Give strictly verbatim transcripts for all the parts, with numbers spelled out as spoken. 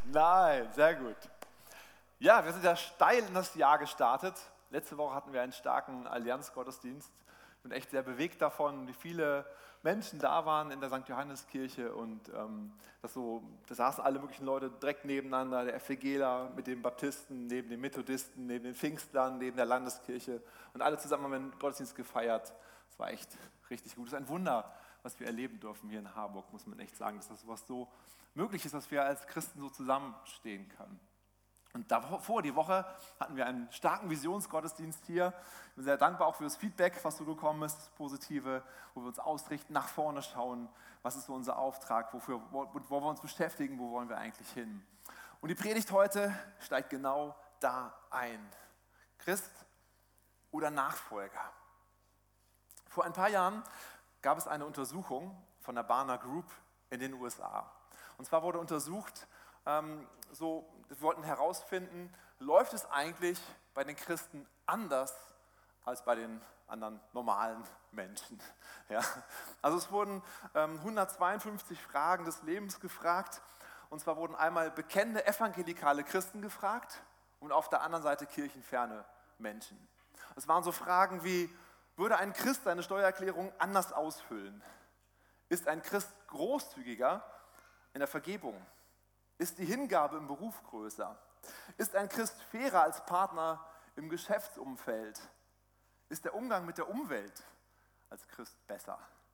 Nein, sehr gut. Ja, wir sind ja steil in das Jahr gestartet. Letzte Woche hatten wir einen starken Allianz-Gottesdienst. Ich bin echt sehr bewegt davon, wie viele Menschen da waren in der Sankt Johannes-Kirche und ähm, das so, da saßen alle möglichen Leute direkt nebeneinander, der FEGler mit den Baptisten, neben den Methodisten, neben den Pfingstlern, neben der Landeskirche und alle zusammen haben einen Gottesdienst gefeiert. Das war echt richtig gut. Das ist ein Wunder, was wir erleben dürfen hier in Harburg, muss man echt sagen, dass das sowas so möglich ist, dass wir als Christen so zusammenstehen können. Und davor, die Woche, hatten wir einen starken Visionsgottesdienst hier. Ich bin sehr dankbar auch für das Feedback, was so gekommen ist, das Positive, wo wir uns ausrichten, nach vorne schauen, was ist so unser Auftrag, wofür, wo, wo wir uns beschäftigen, wo wollen wir eigentlich hin. Und die Predigt heute steigt genau da ein. Christ oder Nachfolger? Vor ein paar Jahren gab es eine Untersuchung von der Barna Group in den U S A. Und zwar wurde untersucht, ähm, so, wir wollten herausfinden, läuft es eigentlich bei den Christen anders als bei den anderen normalen Menschen? Ja? Also es wurden ähm, hundertzweiundfünfzig Fragen des Lebens gefragt. Und zwar wurden einmal bekennende evangelikale Christen gefragt und auf der anderen Seite kirchenferne Menschen. Es waren so Fragen wie, würde ein Christ seine Steuererklärung anders ausfüllen? Ist ein Christ großzügiger in der Vergebung? Ist die Hingabe im Beruf größer? Ist ein Christ fairer als Partner im Geschäftsumfeld? Ist der Umgang mit der Umwelt als Christ besser?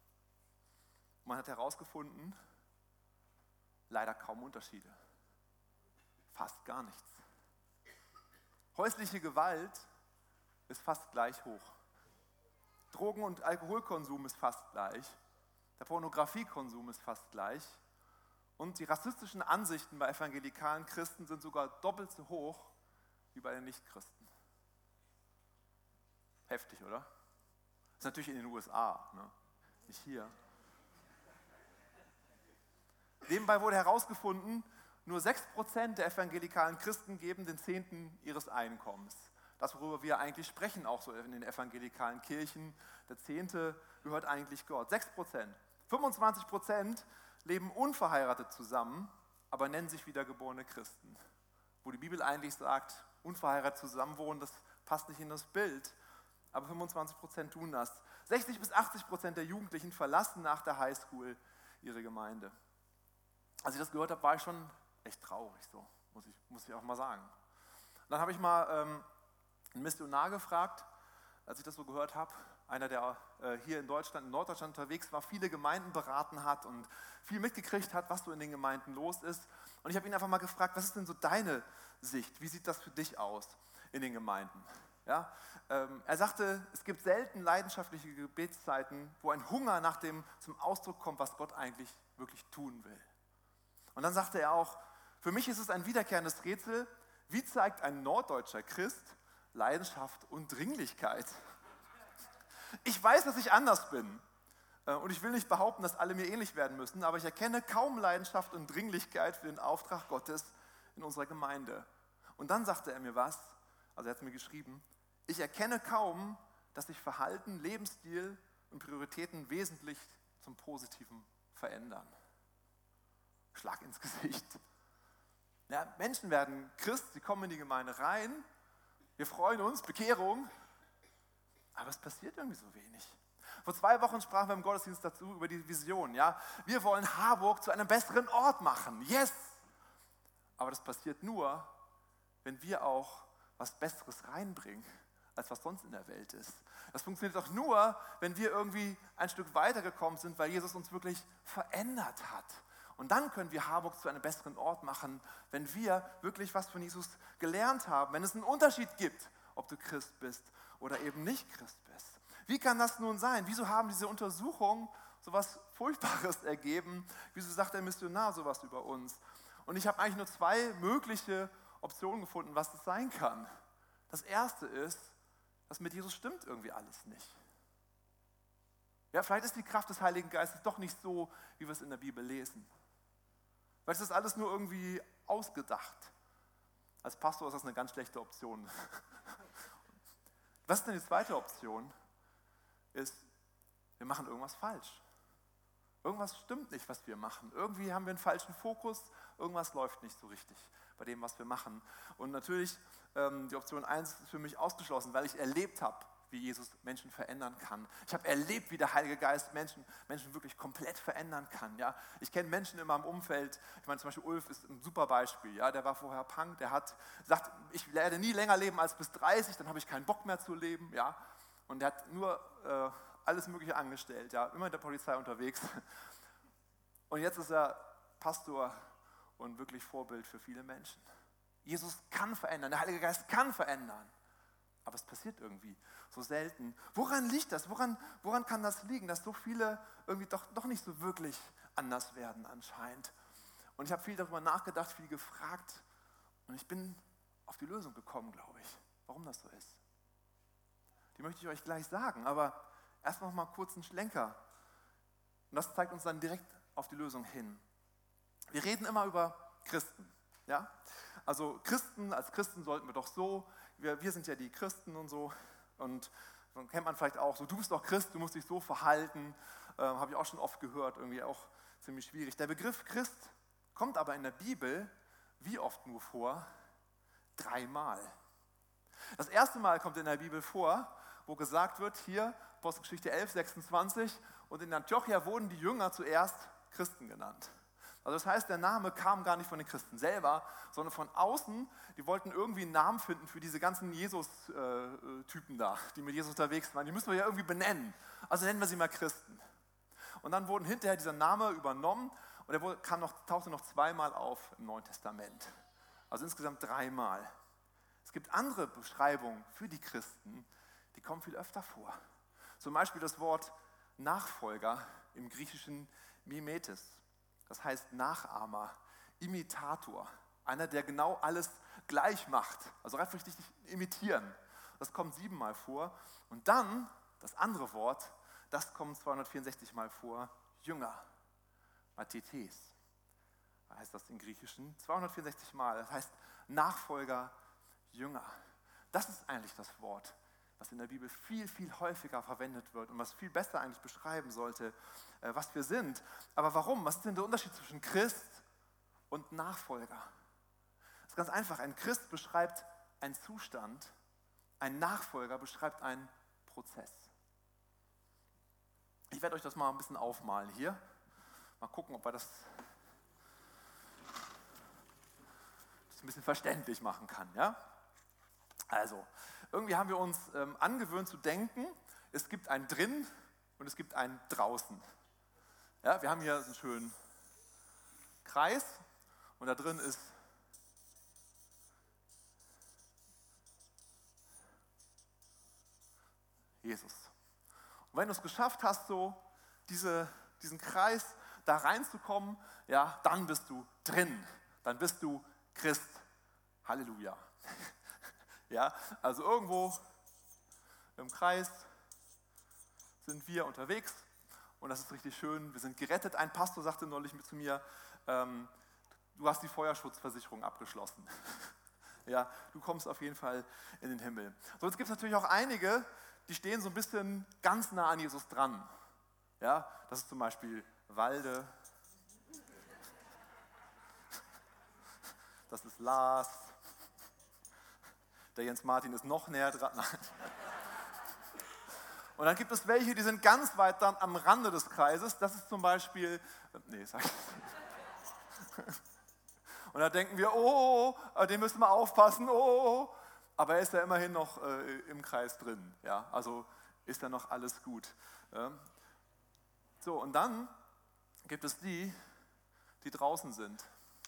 Man hat herausgefunden, leider kaum Unterschiede. Fast gar nichts. Häusliche Gewalt ist fast gleich hoch. Drogen- und Alkoholkonsum ist fast gleich. Der Pornografiekonsum ist fast gleich. Und die rassistischen Ansichten bei evangelikalen Christen sind sogar doppelt so hoch wie bei den Nichtchristen. Heftig, oder? Das ist natürlich in den U S A, ne? Nicht hier. Nebenbei wurde herausgefunden, nur sechs Prozent der evangelikalen Christen geben den Zehnten ihres Einkommens. Das, worüber wir eigentlich sprechen, auch so in den evangelikalen Kirchen, der Zehnte gehört eigentlich Gott. sechs Prozent. fünfundzwanzig Prozent leben unverheiratet zusammen, aber nennen sich wiedergeborene Christen. Wo die Bibel eigentlich sagt, unverheiratet zusammenwohnen, das passt nicht in das Bild, aber fünfundzwanzig Prozent tun das. sechzig bis achtzig Prozent der Jugendlichen verlassen nach der Highschool ihre Gemeinde. Als ich das gehört habe, war ich schon echt traurig, so, muss ich, muss ich auch mal sagen. Dann habe ich mal ähm, einen Missionar gefragt, als ich das so gehört habe, einer, der äh, hier in Deutschland, in Norddeutschland unterwegs war, viele Gemeinden beraten hat und viel mitgekriegt hat, was so in den Gemeinden los ist. Und ich habe ihn einfach mal gefragt, was ist denn so deine Sicht? Wie sieht das für dich aus in den Gemeinden? Ja, ähm, er sagte, es gibt selten leidenschaftliche Gebetszeiten, wo ein Hunger nach dem zum Ausdruck kommt, was Gott eigentlich wirklich tun will. Und dann sagte er auch, für mich ist es ein wiederkehrendes Rätsel, wie zeigt ein norddeutscher Christ Leidenschaft und Dringlichkeit? Ich weiß, dass ich anders bin und ich will nicht behaupten, dass alle mir ähnlich werden müssen, aber ich erkenne kaum Leidenschaft und Dringlichkeit für den Auftrag Gottes in unserer Gemeinde. Und dann sagte er mir was, also er hat es mir geschrieben, ich erkenne kaum, dass sich Verhalten, Lebensstil und Prioritäten wesentlich zum Positiven verändern. Schlag ins Gesicht. Ja, Menschen werden Christ, sie kommen in die Gemeinde rein, wir freuen uns, Bekehrung, aber es passiert irgendwie so wenig. Vor zwei Wochen sprachen wir im Gottesdienst dazu über die Vision. Ja? Wir wollen Harburg zu einem besseren Ort machen. Yes! Aber das passiert nur, wenn wir auch was Besseres reinbringen, als was sonst in der Welt ist. Das funktioniert auch nur, wenn wir irgendwie ein Stück weitergekommen sind, weil Jesus uns wirklich verändert hat. Und dann können wir Harburg zu einem besseren Ort machen, wenn wir wirklich was von Jesus gelernt haben, wenn es einen Unterschied gibt, ob du Christ bist oder eben nicht Christ bist. Wie kann das nun sein? Wieso haben diese Untersuchungen so etwas Furchtbares ergeben? Wieso sagt der Missionar sowas über uns? Und ich habe eigentlich nur zwei mögliche Optionen gefunden, was das sein kann. Das erste ist, dass mit Jesus stimmt irgendwie alles nicht. Ja, vielleicht ist die Kraft des Heiligen Geistes doch nicht so, wie wir es in der Bibel lesen. Vielleicht ist das alles nur irgendwie ausgedacht. Als Pastor ist das eine ganz schlechte Option. Was ist denn die zweite Option? Ist, wir machen irgendwas falsch. Irgendwas stimmt nicht, was wir machen. Irgendwie haben wir einen falschen Fokus, irgendwas läuft nicht so richtig bei dem, was wir machen. Und natürlich, ähm, die Option eins ist für mich ausgeschlossen, weil ich erlebt habe, wie Jesus Menschen verändern kann. Ich habe erlebt, wie der Heilige Geist Menschen, Menschen wirklich komplett verändern kann. Ja? Ich kenne Menschen in meinem Umfeld, ich meine zum Beispiel Ulf ist ein super Beispiel, ja? Der war vorher Punk, der hat gesagt, ich werde nie länger leben als bis dreißig, dann habe ich keinen Bock mehr zu leben. Ja? Und der hat nur äh, alles Mögliche angestellt, ja? Immer in der Polizei unterwegs. Und jetzt ist er Pastor und wirklich Vorbild für viele Menschen. Jesus kann verändern, der Heilige Geist kann verändern. Aber es passiert irgendwie so selten. Woran liegt das? Woran, woran kann das liegen, dass so viele irgendwie doch, doch nicht so wirklich anders werden anscheinend? Und ich habe viel darüber nachgedacht, viel gefragt und ich bin auf die Lösung gekommen, glaube ich, warum das so ist. Die möchte ich euch gleich sagen, aber erst noch mal kurz einen Schlenker. Und das zeigt uns dann direkt auf die Lösung hin. Wir reden immer über Christen. Ja? Also Christen, als Christen sollten wir doch so, wir, wir sind ja die Christen und so, und dann kennt man vielleicht auch so, du bist doch Christ, du musst dich so verhalten, äh, habe ich auch schon oft gehört, irgendwie auch ziemlich schwierig. Der Begriff Christ kommt aber in der Bibel wie oft nur vor? Dreimal. Das erste Mal kommt in der Bibel vor, wo gesagt wird, hier Apostelgeschichte elf, sechsundzwanzig, und in Antiochia wurden die Jünger zuerst Christen genannt. Also das heißt, der Name kam gar nicht von den Christen selber, sondern von außen. Die wollten irgendwie einen Namen finden für diese ganzen Jesus-Typen da, die mit Jesus unterwegs waren. Die müssen wir ja irgendwie benennen. Also nennen wir sie mal Christen. Und dann wurden hinterher dieser Name übernommen und er wurde, kam noch, tauchte noch zweimal auf im Neuen Testament. Also insgesamt dreimal. Es gibt andere Beschreibungen für die Christen, die kommen viel öfter vor. Zum Beispiel das Wort Nachfolger im Griechischen Mimetes. Das heißt Nachahmer, Imitator, einer, der genau alles gleich macht, also einfach richtig imitieren. Das kommt siebenmal vor. Und dann, das andere Wort, das kommt zweihundertvierundsechzig Mal vor, Jünger, Mathetes, heißt das im Griechischen, zweihundertvierundsechzig Mal, das heißt Nachfolger, Jünger. Das ist eigentlich das Wort, was in der Bibel viel, viel häufiger verwendet wird und was viel besser eigentlich beschreiben sollte, was wir sind. Aber warum? Was ist denn der Unterschied zwischen Christ und Nachfolger? Das ist ganz einfach. Ein Christ beschreibt einen Zustand, ein Nachfolger beschreibt einen Prozess. Ich werde euch das mal ein bisschen aufmalen hier. Mal gucken, ob wir das, das ein bisschen verständlich machen kann. Ja? Also, irgendwie haben wir uns ähm, angewöhnt zu denken, es gibt ein Drin und es gibt ein Draußen. Ja, wir haben hier so einen schönen Kreis und da drin ist Jesus. Und wenn du es geschafft hast, so diese, diesen Kreis da reinzukommen, ja, dann bist du drin, dann bist du Christ. Halleluja. Ja, also irgendwo im Kreis sind wir unterwegs und das ist richtig schön. Wir sind gerettet. Ein Pastor sagte neulich mit zu mir, ähm, du hast die Feuerschutzversicherung abgeschlossen. Ja, du kommst auf jeden Fall in den Himmel. So, jetzt gibt es natürlich auch einige, die stehen so ein bisschen ganz nah an Jesus dran. Ja, das ist zum Beispiel Walde. Das ist Lars. Der Jens Martin ist noch näher dran. Nein. Und dann gibt es welche, die sind ganz weit dann am Rande des Kreises. Das ist zum Beispiel, nee, sag ich nicht. Und da denken wir, oh, den müssen wir aufpassen, oh. Aber er ist ja immerhin noch äh, im Kreis drin. Ja? Also ist ja noch alles gut. Ja? So, und dann gibt es die, die draußen sind.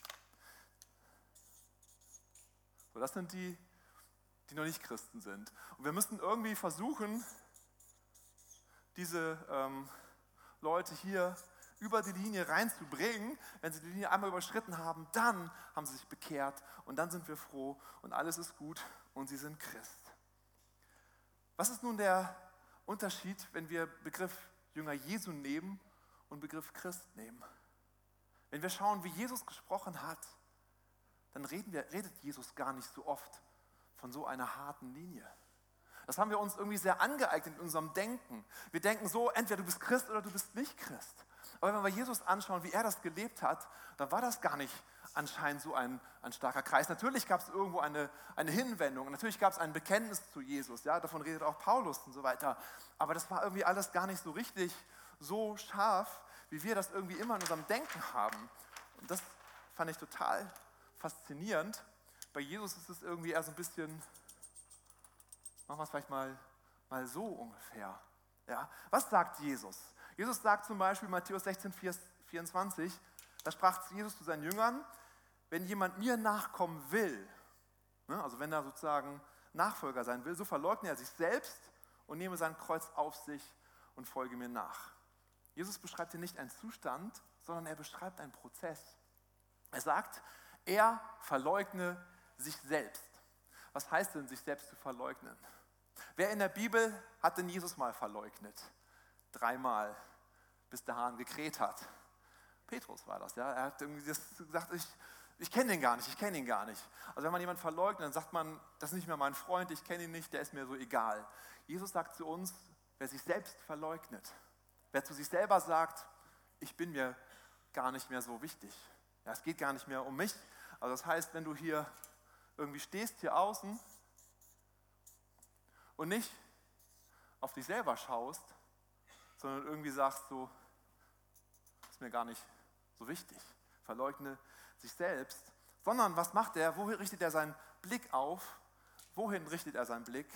So, das sind die, die noch nicht Christen sind. Und wir müssen irgendwie versuchen, diese ähm, Leute hier über die Linie reinzubringen. Wenn sie die Linie einmal überschritten haben, dann haben sie sich bekehrt und dann sind wir froh und alles ist gut und sie sind Christ. Was ist nun der Unterschied, wenn wir Begriff Jünger Jesu nehmen und Begriff Christ nehmen? Wenn wir schauen, wie Jesus gesprochen hat, dann reden wir, redet Jesus gar nicht so oft von so einer harten Linie. Das haben wir uns irgendwie sehr angeeignet in unserem Denken. Wir denken so, entweder du bist Christ oder du bist nicht Christ. Aber wenn wir Jesus anschauen, wie er das gelebt hat, dann war das gar nicht anscheinend so ein, ein starker Kreis. Natürlich gab es irgendwo eine, eine Hinwendung, natürlich gab es ein Bekenntnis zu Jesus, ja, davon redet auch Paulus und so weiter. Aber das war irgendwie alles gar nicht so richtig, so scharf, wie wir das irgendwie immer in unserem Denken haben. Und das fand ich total faszinierend. Bei Jesus ist es irgendwie eher so ein bisschen, machen wir es vielleicht mal, mal so ungefähr. Ja? Was sagt Jesus? Jesus sagt zum Beispiel in Matthäus sechzehn, vierundzwanzig, da sprach Jesus zu seinen Jüngern, wenn jemand mir nachkommen will, ne, also wenn er sozusagen Nachfolger sein will, so verleugne er sich selbst und nehme sein Kreuz auf sich und folge mir nach. Jesus beschreibt hier nicht einen Zustand, sondern er beschreibt einen Prozess. Er sagt, er verleugne sich selbst. Was heißt denn, sich selbst zu verleugnen? Wer in der Bibel hat denn Jesus mal verleugnet? Dreimal, bis der Hahn gekräht hat. Petrus war das, ja. Er hat irgendwie gesagt, ich, ich kenne den gar nicht, ich kenne ihn gar nicht. Also wenn man jemanden verleugnet, dann sagt man, das ist nicht mehr mein Freund, ich kenne ihn nicht, der ist mir so egal. Jesus sagt zu uns, wer sich selbst verleugnet, wer zu sich selber sagt, ich bin mir gar nicht mehr so wichtig. Ja, es geht gar nicht mehr um mich. Also das heißt, wenn du hier irgendwie stehst, hier außen, und nicht auf dich selber schaust, sondern irgendwie sagst so, ist mir gar nicht so wichtig, verleugne sich selbst, sondern was macht er, wohin richtet er seinen Blick auf, wohin richtet er seinen Blick?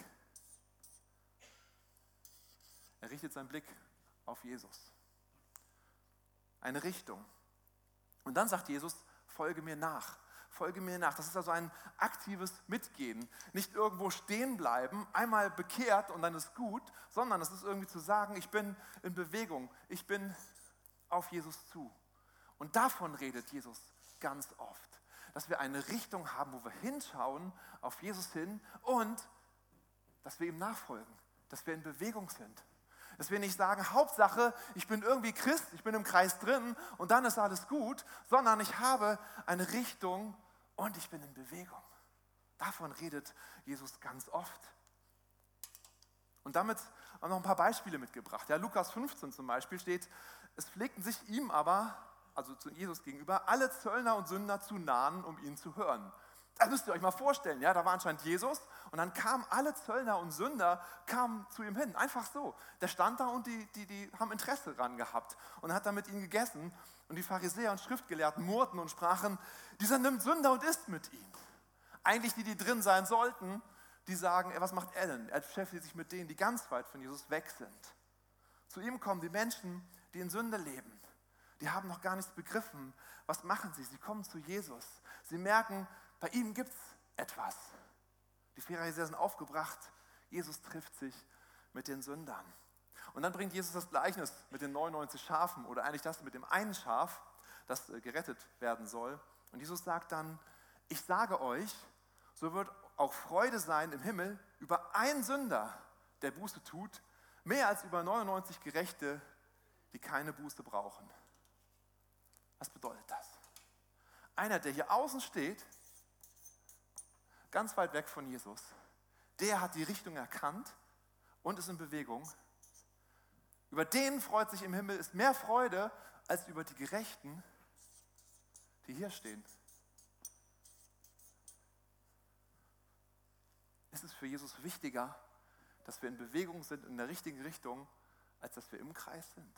Er richtet seinen Blick auf Jesus. Eine Richtung. Und dann sagt Jesus, folge mir nach. Folge mir nach. Das ist also ein aktives Mitgehen. Nicht irgendwo stehen bleiben, einmal bekehrt und dann ist gut, sondern es ist irgendwie zu sagen, ich bin in Bewegung, ich bin auf Jesus zu. Und davon redet Jesus ganz oft, dass wir eine Richtung haben, wo wir hinschauen, auf Jesus hin und dass wir ihm nachfolgen, dass wir in Bewegung sind. Dass wir nicht sagen, Hauptsache, ich bin irgendwie Christ, ich bin im Kreis drin und dann ist alles gut, sondern ich habe eine Richtung und ich bin in Bewegung. Davon redet Jesus ganz oft. Und damit haben wir noch ein paar Beispiele mitgebracht. Ja, Lukas fünfzehn zum Beispiel steht, es pflegten sich ihm aber, also zu Jesus gegenüber, alle Zöllner und Sünder zu nahen, um ihn zu hören. Das müsst ihr euch mal vorstellen, ja, da war anscheinend Jesus und dann kamen alle Zöllner und Sünder kamen zu ihm hin, einfach so. Der stand da und die, die, die haben Interesse dran gehabt und hat dann mit ihnen gegessen und die Pharisäer und Schriftgelehrten murrten und sprachen, dieser nimmt Sünder und isst mit ihnen. Eigentlich die, die drin sein sollten, die sagen, ey, was macht er denn? Er beschäftigt sich mit denen, die ganz weit von Jesus weg sind. Zu ihm kommen die Menschen, die in Sünde leben. Die haben noch gar nichts begriffen. Was machen sie? Sie kommen zu Jesus. Sie merken, bei ihm gibt es etwas. Die Pharisäer sind aufgebracht. Jesus trifft sich mit den Sündern. Und dann bringt Jesus das Gleichnis mit den neunundneunzig Schafen oder eigentlich das mit dem einen Schaf, das gerettet werden soll. Und Jesus sagt dann, ich sage euch, so wird auch Freude sein im Himmel über einen Sünder, der Buße tut, mehr als über neunundneunzig Gerechte, die keine Buße brauchen. Was bedeutet das? Einer, der hier außen steht, ganz weit weg von Jesus, der hat die Richtung erkannt und ist in Bewegung. Über den freut sich im Himmel, ist mehr Freude als über die Gerechten, die hier stehen. Es ist für Jesus wichtiger, dass wir in Bewegung sind, in der richtigen Richtung, als dass wir im Kreis sind.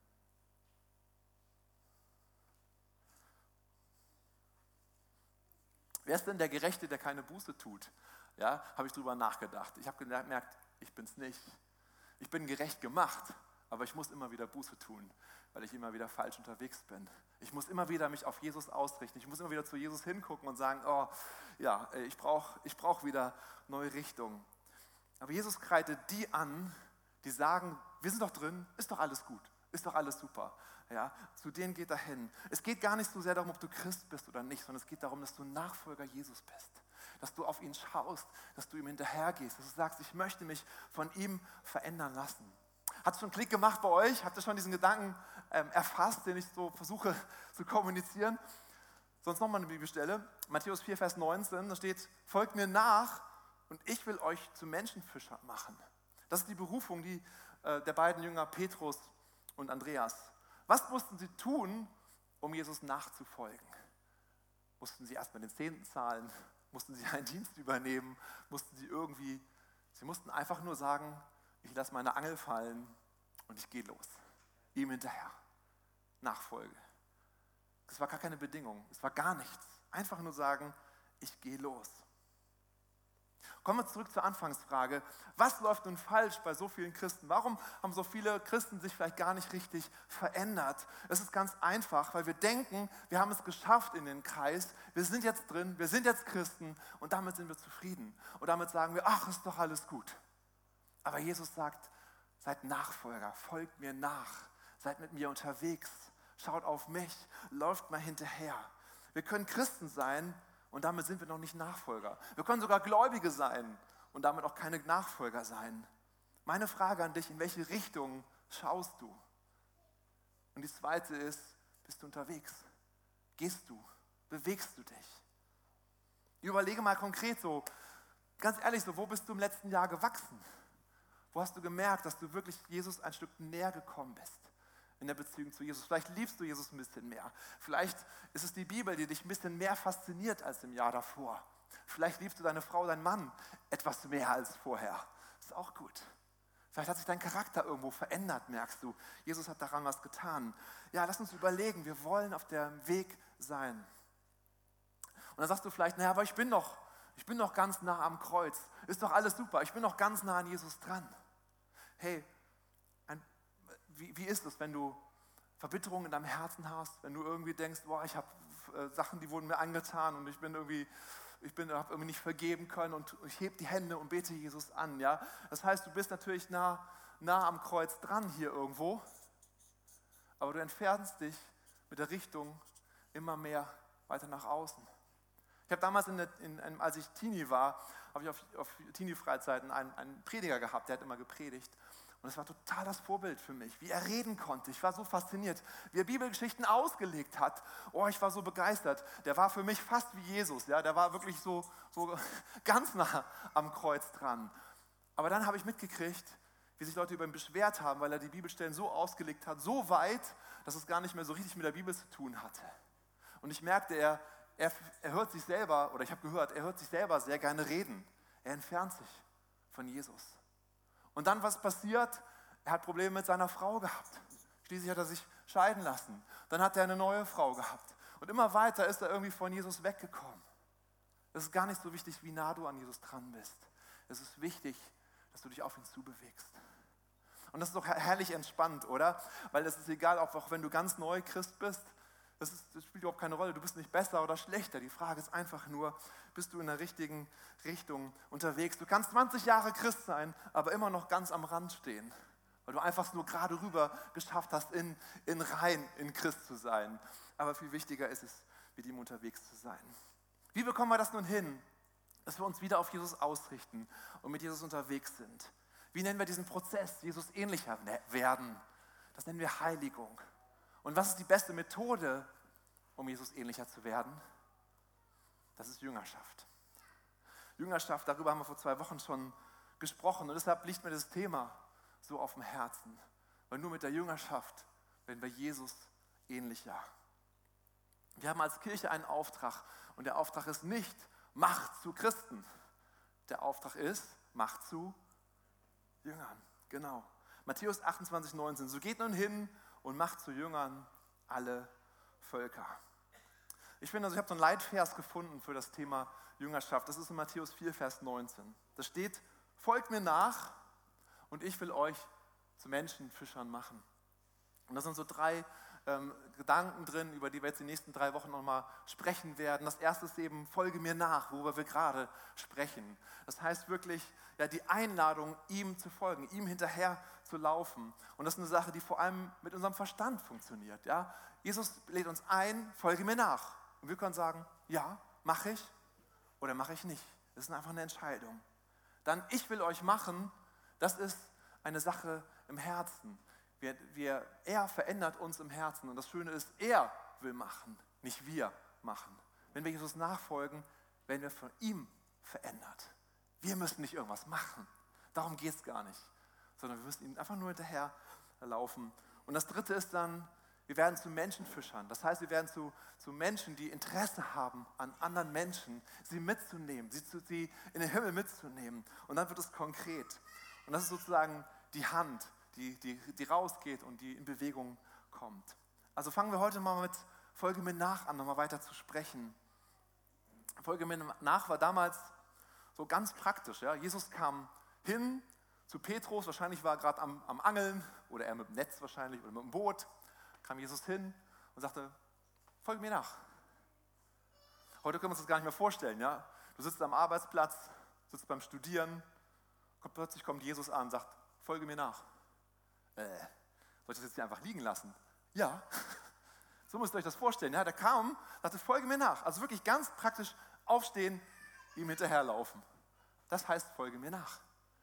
Wer ist denn der Gerechte, der keine Buße tut? Ja, habe ich drüber nachgedacht. Ich habe gemerkt, ich bin es nicht. Ich bin gerecht gemacht, aber ich muss immer wieder Buße tun, weil ich immer wieder falsch unterwegs bin. Ich muss immer wieder mich auf Jesus ausrichten. Ich muss immer wieder zu Jesus hingucken und sagen, oh ja, ich brauche ich brauch wieder neue Richtungen. Aber Jesus kreidet die an, die sagen, wir sind doch drin, ist doch alles gut, ist doch alles super. Ja, zu denen geht er hin. Es geht gar nicht so sehr darum, ob du Christ bist oder nicht, sondern es geht darum, dass du Nachfolger Jesus bist. Dass du auf ihn schaust, dass du ihm hinterhergehst, dass du sagst, ich möchte mich von ihm verändern lassen. Hat es schon einen Klick gemacht bei euch? Habt ihr schon diesen Gedanken ähm, erfasst, den ich so versuche zu kommunizieren? Sonst nochmal eine Bibelstelle, Matthäus vier, Vers neunzehn, da steht, folgt mir nach und ich will euch zu Menschenfischern machen. Das ist die Berufung die, äh, der beiden Jünger Petrus und Andreas. Was mussten sie tun, um Jesus nachzufolgen? Mussten sie erstmal den Zehnten zahlen? Mussten sie einen Dienst übernehmen? Mussten sie irgendwie, sie mussten einfach nur sagen, ich lasse meine Angel fallen und ich gehe los. Ihm hinterher. Nachfolge. Das war gar keine Bedingung. Es war gar nichts. Einfach nur sagen, ich gehe los. Kommen wir zurück zur Anfangsfrage. Was läuft nun falsch bei so vielen Christen? Warum haben so viele Christen sich vielleicht gar nicht richtig verändert? Es ist ganz einfach, weil wir denken, wir haben es geschafft in den Kreis. Wir sind jetzt drin, wir sind jetzt Christen und damit sind wir zufrieden. Und damit sagen wir, ach, ist doch alles gut. Aber Jesus sagt, seid Nachfolger, folgt mir nach, seid mit mir unterwegs, schaut auf mich, läuft mal hinterher. Wir können Christen sein, und damit sind wir noch nicht Nachfolger. Wir können sogar Gläubige sein und damit auch keine Nachfolger sein. Meine Frage an dich, in welche Richtung schaust du? Und die zweite ist, bist du unterwegs? Gehst du? Bewegst du dich? Überlege mal konkret so, ganz ehrlich so, wo bist du im letzten Jahr gewachsen? Wo hast du gemerkt, dass du wirklich Jesus ein Stück näher gekommen bist? In der Beziehung zu Jesus. Vielleicht liebst du Jesus ein bisschen mehr. Vielleicht ist es die Bibel, die dich ein bisschen mehr fasziniert als im Jahr davor. Vielleicht liebst du deine Frau, deinen Mann etwas mehr als vorher. Ist auch gut. Vielleicht hat sich dein Charakter irgendwo verändert, merkst du. Jesus hat daran was getan. Ja, lass uns überlegen, wir wollen auf dem Weg sein. Und dann sagst du vielleicht, naja, aber ich bin noch, ich bin noch ganz nah am Kreuz. Ist doch alles super, ich bin noch ganz nah an Jesus dran. Hey, Wie, wie ist es, wenn du Verbitterung in deinem Herzen hast, wenn du irgendwie denkst, boah, ich habe äh, Sachen, die wurden mir angetan und ich bin irgendwie, ich bin, habe irgendwie nicht vergeben können und ich hebe die Hände und bete Jesus an, ja? Das heißt, du bist natürlich nah, nah am Kreuz dran hier irgendwo, aber du entfernst dich mit der Richtung immer mehr weiter nach außen. Ich habe damals, in der, in, in, als ich Teenie war, habe ich auf, auf Teenie-Freizeiten einen, einen Prediger gehabt, der hat immer gepredigt. Und es war total das Vorbild für mich, wie er reden konnte. Ich war so fasziniert, wie er Bibelgeschichten ausgelegt hat. Oh, ich war so begeistert. Der war für mich fast wie Jesus. Ja? Der war wirklich so, so ganz nah am Kreuz dran. Aber dann habe ich mitgekriegt, wie sich Leute über ihn beschwert haben, weil er die Bibelstellen so ausgelegt hat, so weit, dass es gar nicht mehr so richtig mit der Bibel zu tun hatte. Und ich merkte, er, er, er hört sich selber, oder ich habe gehört, er hört sich selber sehr gerne reden. Er entfernt sich von Jesus. Und dann, was passiert? Er hat Probleme mit seiner Frau gehabt. Schließlich hat er sich scheiden lassen. Dann hat er eine neue Frau gehabt. Und immer weiter ist er irgendwie von Jesus weggekommen. Es ist gar nicht so wichtig, wie nah du an Jesus dran bist. Es ist wichtig, dass du dich auf ihn zubewegst. Und das ist doch herrlich entspannt, oder? Weil es ist egal, ob, auch wenn du ganz neu Christ bist, das, ist, das spielt überhaupt keine Rolle. Du bist nicht besser oder schlechter. Die Frage ist einfach nur, bist du in der richtigen Richtung unterwegs? Du kannst zwanzig Jahre Christ sein, aber immer noch ganz am Rand stehen, weil du einfach nur gerade rüber geschafft hast, in, in rein in Christ zu sein. Aber viel wichtiger ist es, mit ihm unterwegs zu sein. Wie bekommen wir das nun hin, dass wir uns wieder auf Jesus ausrichten und mit Jesus unterwegs sind? Wie nennen wir diesen Prozess, Jesus ähnlicher werden? Das nennen wir Heiligung. Und was ist die beste Methode, um Jesus ähnlicher zu werden? Das ist Jüngerschaft. Jüngerschaft, darüber haben wir vor zwei Wochen schon gesprochen. Und deshalb liegt mir das Thema so auf dem Herzen. Weil nur mit der Jüngerschaft werden wir Jesus ähnlicher. Wir haben als Kirche einen Auftrag. Und der Auftrag ist nicht, macht zu Christen. Der Auftrag ist, macht zu Jüngern. Genau. Matthäus achtundzwanzig, neunzehn. So geht nun hin und macht zu Jüngern alle Völker. Ich finde, also ich habe so einen Leitvers gefunden für das Thema Jüngerschaft. Das ist in Matthäus vier, Vers neunzehn. Da steht, folgt mir nach und ich will euch zu Menschenfischern machen. Und da sind so drei ähm, Gedanken drin, über die wir jetzt die nächsten drei Wochen nochmal sprechen werden. Das erste ist eben, folge mir nach, worüber wir gerade sprechen. Das heißt wirklich, ja, die Einladung, ihm zu folgen, ihm hinterher zu laufen. Und das ist eine Sache, die vor allem mit unserem Verstand funktioniert. Ja? Jesus lädt uns ein, folge mir nach. Und wir können sagen, ja, mache ich oder mache ich nicht. Das ist einfach eine Entscheidung. Dann, ich will euch machen, das ist eine Sache im Herzen. Wir, wir, er verändert uns im Herzen. Und das Schöne ist, er will machen, nicht wir machen. Wenn wir Jesus nachfolgen, werden wir von ihm verändert. Wir müssen nicht irgendwas machen. Darum geht es gar nicht. Sondern wir müssen ihnen einfach nur hinterher laufen. Und das dritte ist dann, wir werden zu Menschenfischern. Das heißt, wir werden zu, zu Menschen, die Interesse haben an anderen Menschen, sie mitzunehmen, sie, zu, sie in den Himmel mitzunehmen. Und dann wird es konkret. Und das ist sozusagen die Hand, die, die, die rausgeht und die in Bewegung kommt. Also fangen wir heute mal mit Folge mir nach an, nochmal weiter zu sprechen. Folge mir nach war damals so ganz praktisch. Ja? Jesus kam hin zu Petrus, wahrscheinlich war er gerade am, am Angeln oder er mit dem Netz wahrscheinlich oder mit dem Boot. Kam Jesus hin und sagte, folge mir nach. Heute können wir uns das gar nicht mehr vorstellen. Ja? Du sitzt am Arbeitsplatz, sitzt beim Studieren, kommt, plötzlich kommt Jesus an und sagt, folge mir nach. Äh, soll ich das jetzt hier einfach liegen lassen? Ja, so müsst ihr euch das vorstellen. Ja? Der kam, sagte, folge mir nach. Also wirklich ganz praktisch aufstehen, ihm hinterherlaufen. Das heißt, folge mir nach.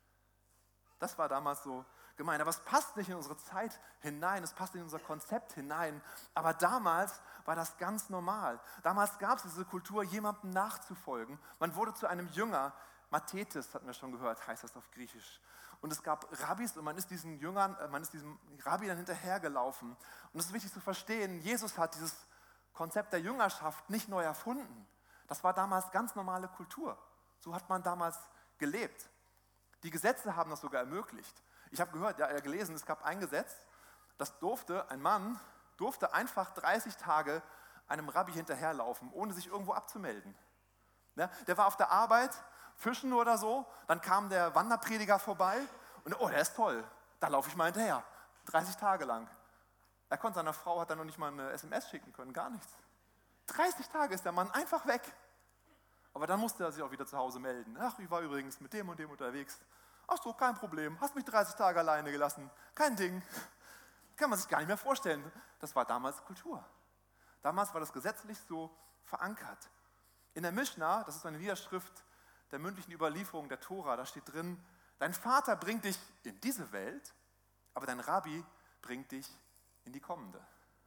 Das war damals so gemeint. Aber es passt nicht in unsere Zeit hinein, es passt nicht in unser Konzept hinein. Aber damals war das ganz normal. Damals gab es diese Kultur, jemandem nachzufolgen. Man wurde zu einem Jünger. Mathetes, hatten wir schon gehört, heißt das auf Griechisch. Und es gab Rabbis und man ist diesen Jüngern, man ist diesem Rabbi dann hinterhergelaufen. Und es ist wichtig zu verstehen, Jesus hat dieses Konzept der Jüngerschaft nicht neu erfunden. Das war damals ganz normale Kultur. So hat man damals gelebt. Die Gesetze haben das sogar ermöglicht. Ich habe gehört, ja, gelesen, es gab ein Gesetz, das durfte, ein Mann durfte einfach dreißig Tage einem Rabbi hinterherlaufen, ohne sich irgendwo abzumelden. Ja, der war auf der Arbeit, fischen oder so, dann kam der Wanderprediger vorbei und oh, der ist toll, da laufe ich mal hinterher, dreißig Tage lang. Er konnte seiner Frau, hat dann noch nicht mal eine S M S schicken können, gar nichts. dreißig Tage ist der Mann einfach weg. Aber dann musste er sich auch wieder zu Hause melden. Ach, ich war übrigens mit dem und dem unterwegs. Ach so, kein Problem, hast mich dreißig Tage alleine gelassen, kein Ding. Kann man sich gar nicht mehr vorstellen. Das war damals Kultur. Damals war das gesetzlich so verankert. In der Mischna, das ist eine Niederschrift der mündlichen Überlieferung der Tora, da steht drin, dein Vater bringt dich in diese Welt, aber dein Rabbi bringt dich in die kommende.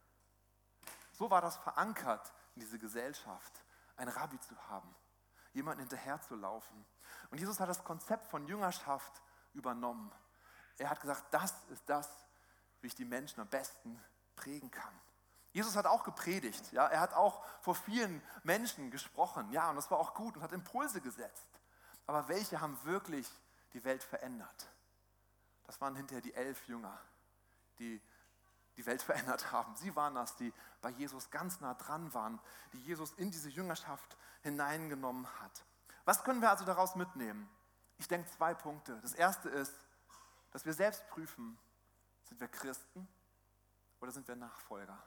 So war das verankert in diese Gesellschaft, einen Rabbi zu haben, jemanden hinterherzulaufen. Und Jesus hat das Konzept von Jüngerschaft übernommen. Er hat gesagt, das ist das, wie ich die Menschen am besten prägen kann. Jesus hat auch gepredigt, ja, er hat auch vor vielen Menschen gesprochen, ja, und das war auch gut und hat Impulse gesetzt. Aber welche haben wirklich die Welt verändert? Das waren hinterher die elf Jünger, die die Welt verändert haben. Sie waren das, die bei Jesus ganz nah dran waren, die Jesus in diese Jüngerschaft hineingenommen hat. Was können wir also daraus mitnehmen? Ich denke zwei Punkte. Das erste ist, dass wir selbst prüfen, sind wir Christen oder sind wir Nachfolger?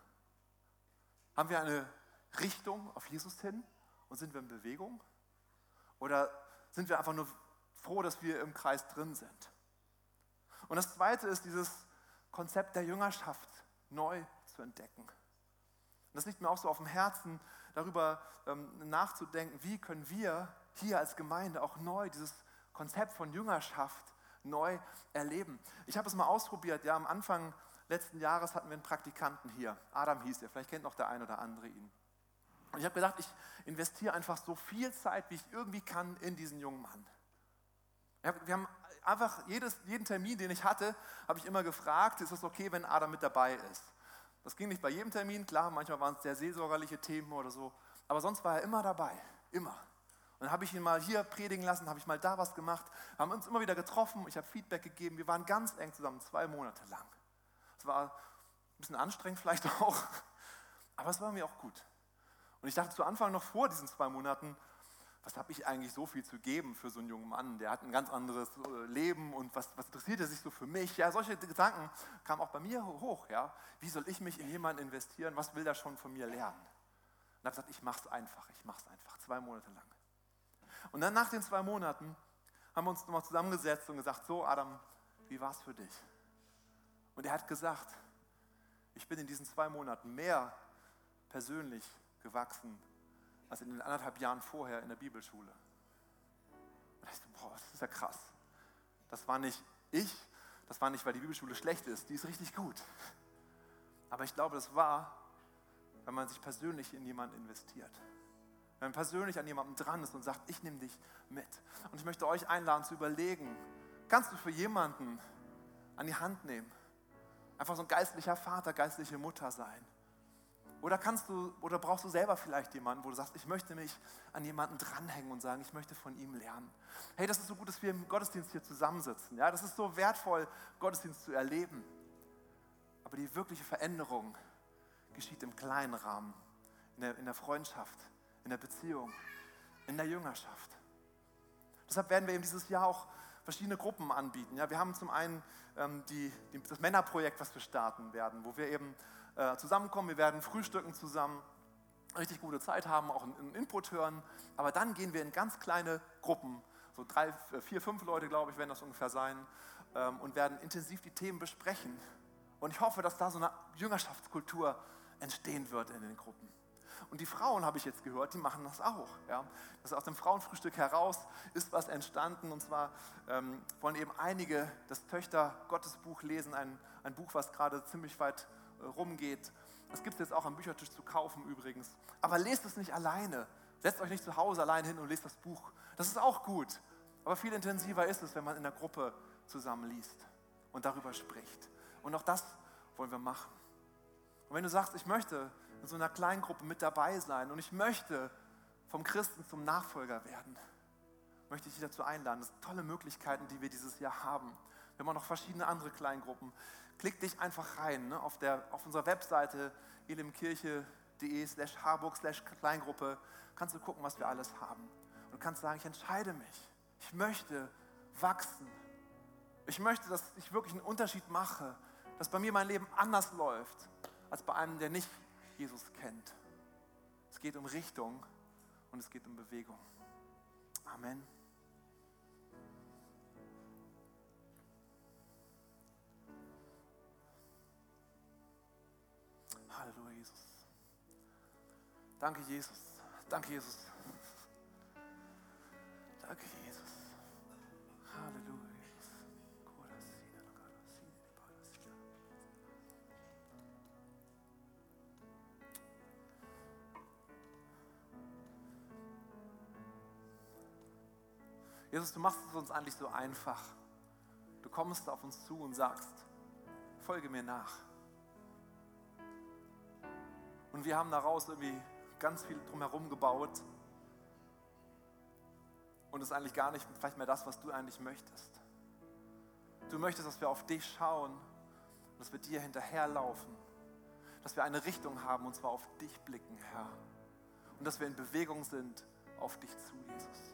Haben wir eine Richtung auf Jesus hin und sind wir in Bewegung? Oder sind wir einfach nur froh, dass wir im Kreis drin sind? Und das zweite ist dieses Konzept der Jüngerschaft neu zu entdecken. Und das liegt mir auch so auf dem Herzen, darüber ähm, nachzudenken, wie können wir hier als Gemeinde auch neu dieses Konzept von Jüngerschaft neu erleben. Ich habe es mal ausprobiert, ja, am Anfang letzten Jahres hatten wir einen Praktikanten hier, Adam hieß er, vielleicht kennt noch der ein oder andere ihn. Und ich habe gedacht, ich investiere einfach so viel Zeit, wie ich irgendwie kann, in diesen jungen Mann. Wir haben einfach jedes, jeden Termin, den ich hatte, habe ich immer gefragt, ist es okay, wenn Adam mit dabei ist? Das ging nicht bei jedem Termin, klar, manchmal waren es sehr seelsorgerliche Themen oder so, aber sonst war er immer dabei, immer. Und dann habe ich ihn mal hier predigen lassen, habe ich mal da was gemacht, haben uns immer wieder getroffen, ich habe Feedback gegeben, wir waren ganz eng zusammen, zwei Monate lang. Es war ein bisschen anstrengend vielleicht auch, aber es war mir auch gut. Und ich dachte zu Anfang noch vor diesen zwei Monaten, was habe ich eigentlich so viel zu geben für so einen jungen Mann? Der hat ein ganz anderes Leben und was, was interessiert er sich so für mich? Ja, solche Gedanken kamen auch bei mir hoch. Ja? Wie soll ich mich in jemanden investieren? Was will der schon von mir lernen? Und habe gesagt, ich mache es einfach, ich mache es einfach, zwei Monate lang. Und dann nach den zwei Monaten haben wir uns nochmal zusammengesetzt und gesagt, so Adam, wie war es für dich? Und er hat gesagt, ich bin in diesen zwei Monaten mehr persönlich gewachsen als in den anderthalb Jahren vorher in der Bibelschule. Und ich dachte, boah, das ist ja krass. Das war nicht ich, das war nicht, weil die Bibelschule schlecht ist, die ist richtig gut. Aber ich glaube, das war, wenn man sich persönlich in jemanden investiert. wenn man persönlich an jemandem dran ist und sagt, ich nehme dich mit. Und ich möchte euch einladen zu überlegen, kannst du für jemanden an die Hand nehmen? Einfach so ein geistlicher Vater, geistliche Mutter sein. Oder kannst du, oder brauchst du selber vielleicht jemanden, wo du sagst, ich möchte mich an jemanden dranhängen und sagen, ich möchte von ihm lernen. Hey, das ist so gut, dass wir im Gottesdienst hier zusammensitzen. Ja? Das ist so wertvoll, Gottesdienst zu erleben. Aber die wirkliche Veränderung geschieht im kleinen Rahmen, in der, in der Freundschaft, in der Beziehung, in der Jüngerschaft. Deshalb werden wir eben dieses Jahr auch verschiedene Gruppen anbieten. Ja, wir haben zum einen ähm, die, die, das Männerprojekt, was wir starten werden, wo wir eben äh, zusammenkommen, wir werden frühstücken zusammen, richtig gute Zeit haben, auch einen Input hören, aber dann gehen wir in ganz kleine Gruppen, so drei, vier, fünf Leute, glaube ich, werden das ungefähr sein, ähm, und werden intensiv die Themen besprechen. Und ich hoffe, dass da so eine Jüngerschaftskultur entstehen wird in den Gruppen. Und die Frauen, habe ich jetzt gehört, die machen das auch. Ja. Das aus dem Frauenfrühstück heraus ist was entstanden. Und zwar ähm, wollen eben einige das Töchter-Gottesbuch lesen, ein, ein Buch, was gerade ziemlich weit äh, rumgeht. Das gibt es jetzt auch am Büchertisch zu kaufen übrigens. Aber lest es nicht alleine. Setzt euch nicht zu Hause allein hin und lest das Buch. Das ist auch gut. Aber viel intensiver ist es, wenn man in der Gruppe zusammen liest und darüber spricht. Und auch das wollen wir machen. Und wenn du sagst, ich möchte in so einer kleinen Gruppe mit dabei sein und ich möchte vom Christen zum Nachfolger werden, möchte ich dich dazu einladen. Das sind tolle Möglichkeiten, die wir dieses Jahr haben. Wir haben auch noch verschiedene andere Kleingruppen. Klick dich einfach rein, ne, auf, der, auf unserer Webseite elimkirche.de slash harburg slash Kleingruppe. Kannst du gucken, was wir alles haben. Und du kannst sagen, ich entscheide mich. Ich möchte wachsen. Ich möchte, dass ich wirklich einen Unterschied mache, dass bei mir mein Leben anders läuft, als bei einem, der nicht Jesus kennt. Es geht um Richtung und es geht um Bewegung. Amen. Halleluja, Jesus. Danke, Jesus. Danke, Jesus. Danke, Jesus. Halleluja. Jesus, du machst es uns eigentlich so einfach. Du kommst auf uns zu und sagst, folge mir nach. Und wir haben daraus irgendwie ganz viel drumherum gebaut. Und es ist eigentlich gar nicht vielleicht mehr das, was du eigentlich möchtest. Du möchtest, dass wir auf dich schauen und dass wir dir hinterherlaufen. Dass wir eine Richtung haben und zwar auf dich blicken, Herr. Und dass wir in Bewegung sind auf dich zu, Jesus.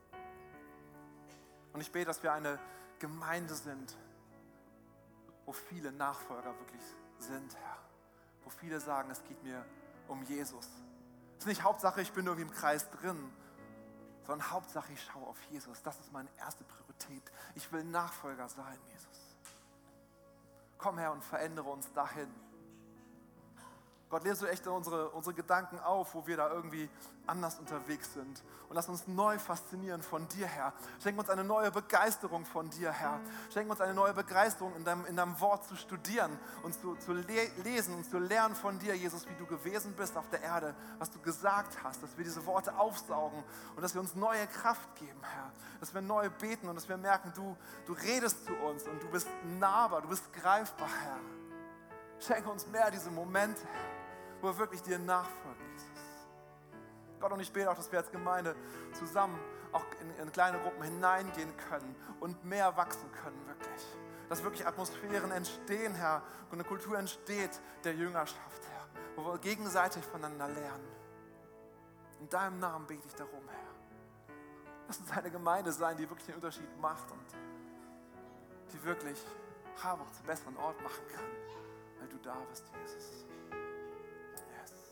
Und ich bete, dass wir eine Gemeinde sind, wo viele Nachfolger wirklich sind, Herr. Wo viele sagen, es geht mir um Jesus. Es ist nicht Hauptsache, ich bin irgendwie im Kreis drin, sondern Hauptsache, ich schaue auf Jesus. Das ist meine erste Priorität. Ich will Nachfolger sein, Jesus. Komm, Herr, und verändere uns dahin. Gott, lese du echt unsere, unsere Gedanken auf, wo wir da irgendwie anders unterwegs sind. Und lass uns neu faszinieren von dir, Herr. Schenk uns eine neue Begeisterung von dir, Herr. Schenk uns eine neue Begeisterung, in deinem, in deinem Wort zu studieren und zu, zu le- lesen und zu lernen von dir, Jesus, wie du gewesen bist auf der Erde, was du gesagt hast, dass wir diese Worte aufsaugen und dass wir uns neue Kraft geben, Herr. Dass wir neu beten und dass wir merken, du, du redest zu uns und du bist nahbar, du bist greifbar, Herr. Schenke uns mehr diese Momente, wo wir wirklich dir nachfolgen, Jesus. Gott, und ich bete auch, dass wir als Gemeinde zusammen auch in, in kleine Gruppen hineingehen können und mehr wachsen können, wirklich. Dass wirklich Atmosphären entstehen, Herr, und eine Kultur entsteht der Jüngerschaft, Herr, wo wir gegenseitig voneinander lernen. In deinem Namen bete ich darum, Herr. Lass uns eine Gemeinde sein, die wirklich den Unterschied macht und die wirklich Harburg zum besseren Ort machen kann, weil du da bist, Jesus. Yes.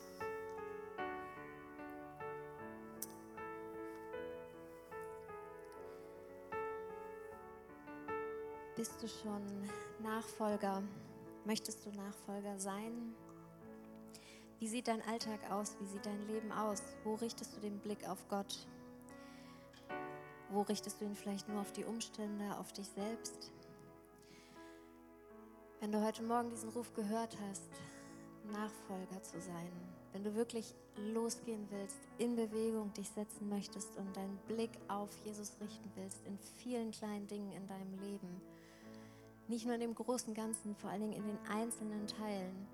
Bist du schon Nachfolger? Möchtest du Nachfolger sein? Wie sieht dein Alltag aus? Wie sieht dein Leben aus? Wo richtest du den Blick auf Gott? Wo richtest du ihn vielleicht nur auf die Umstände, auf dich selbst? Wenn du heute Morgen diesen Ruf gehört hast, Nachfolger zu sein, wenn du wirklich losgehen willst, in Bewegung dich setzen möchtest und deinen Blick auf Jesus richten willst, in vielen kleinen Dingen in deinem Leben, nicht nur in dem großen Ganzen, vor allen Dingen in den einzelnen Teilen,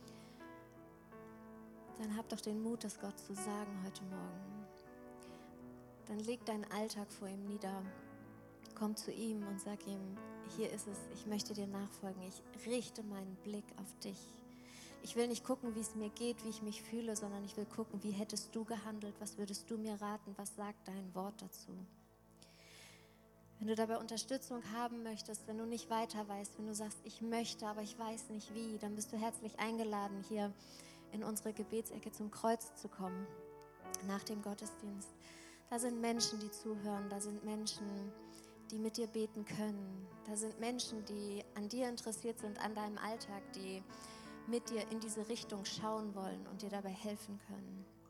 dann hab doch den Mut, das Gott zu sagen heute Morgen. Dann leg deinen Alltag vor ihm nieder. Komm zu ihm und sag ihm, hier ist es, ich möchte dir nachfolgen. Ich richte meinen Blick auf dich. Ich will nicht gucken, wie es mir geht, wie ich mich fühle, sondern ich will gucken, wie hättest du gehandelt, was würdest du mir raten, was sagt dein Wort dazu? Wenn du dabei Unterstützung haben möchtest, wenn du nicht weiter weißt, wenn du sagst, ich möchte, aber ich weiß nicht wie, dann bist du herzlich eingeladen, hier in unsere Gebetsecke zum Kreuz zu kommen, nach dem Gottesdienst. Da sind Menschen, die zuhören, da sind Menschen, die mit dir beten können. Da sind Menschen, die an dir interessiert sind, an deinem Alltag, die mit dir in diese Richtung schauen wollen und dir dabei helfen können.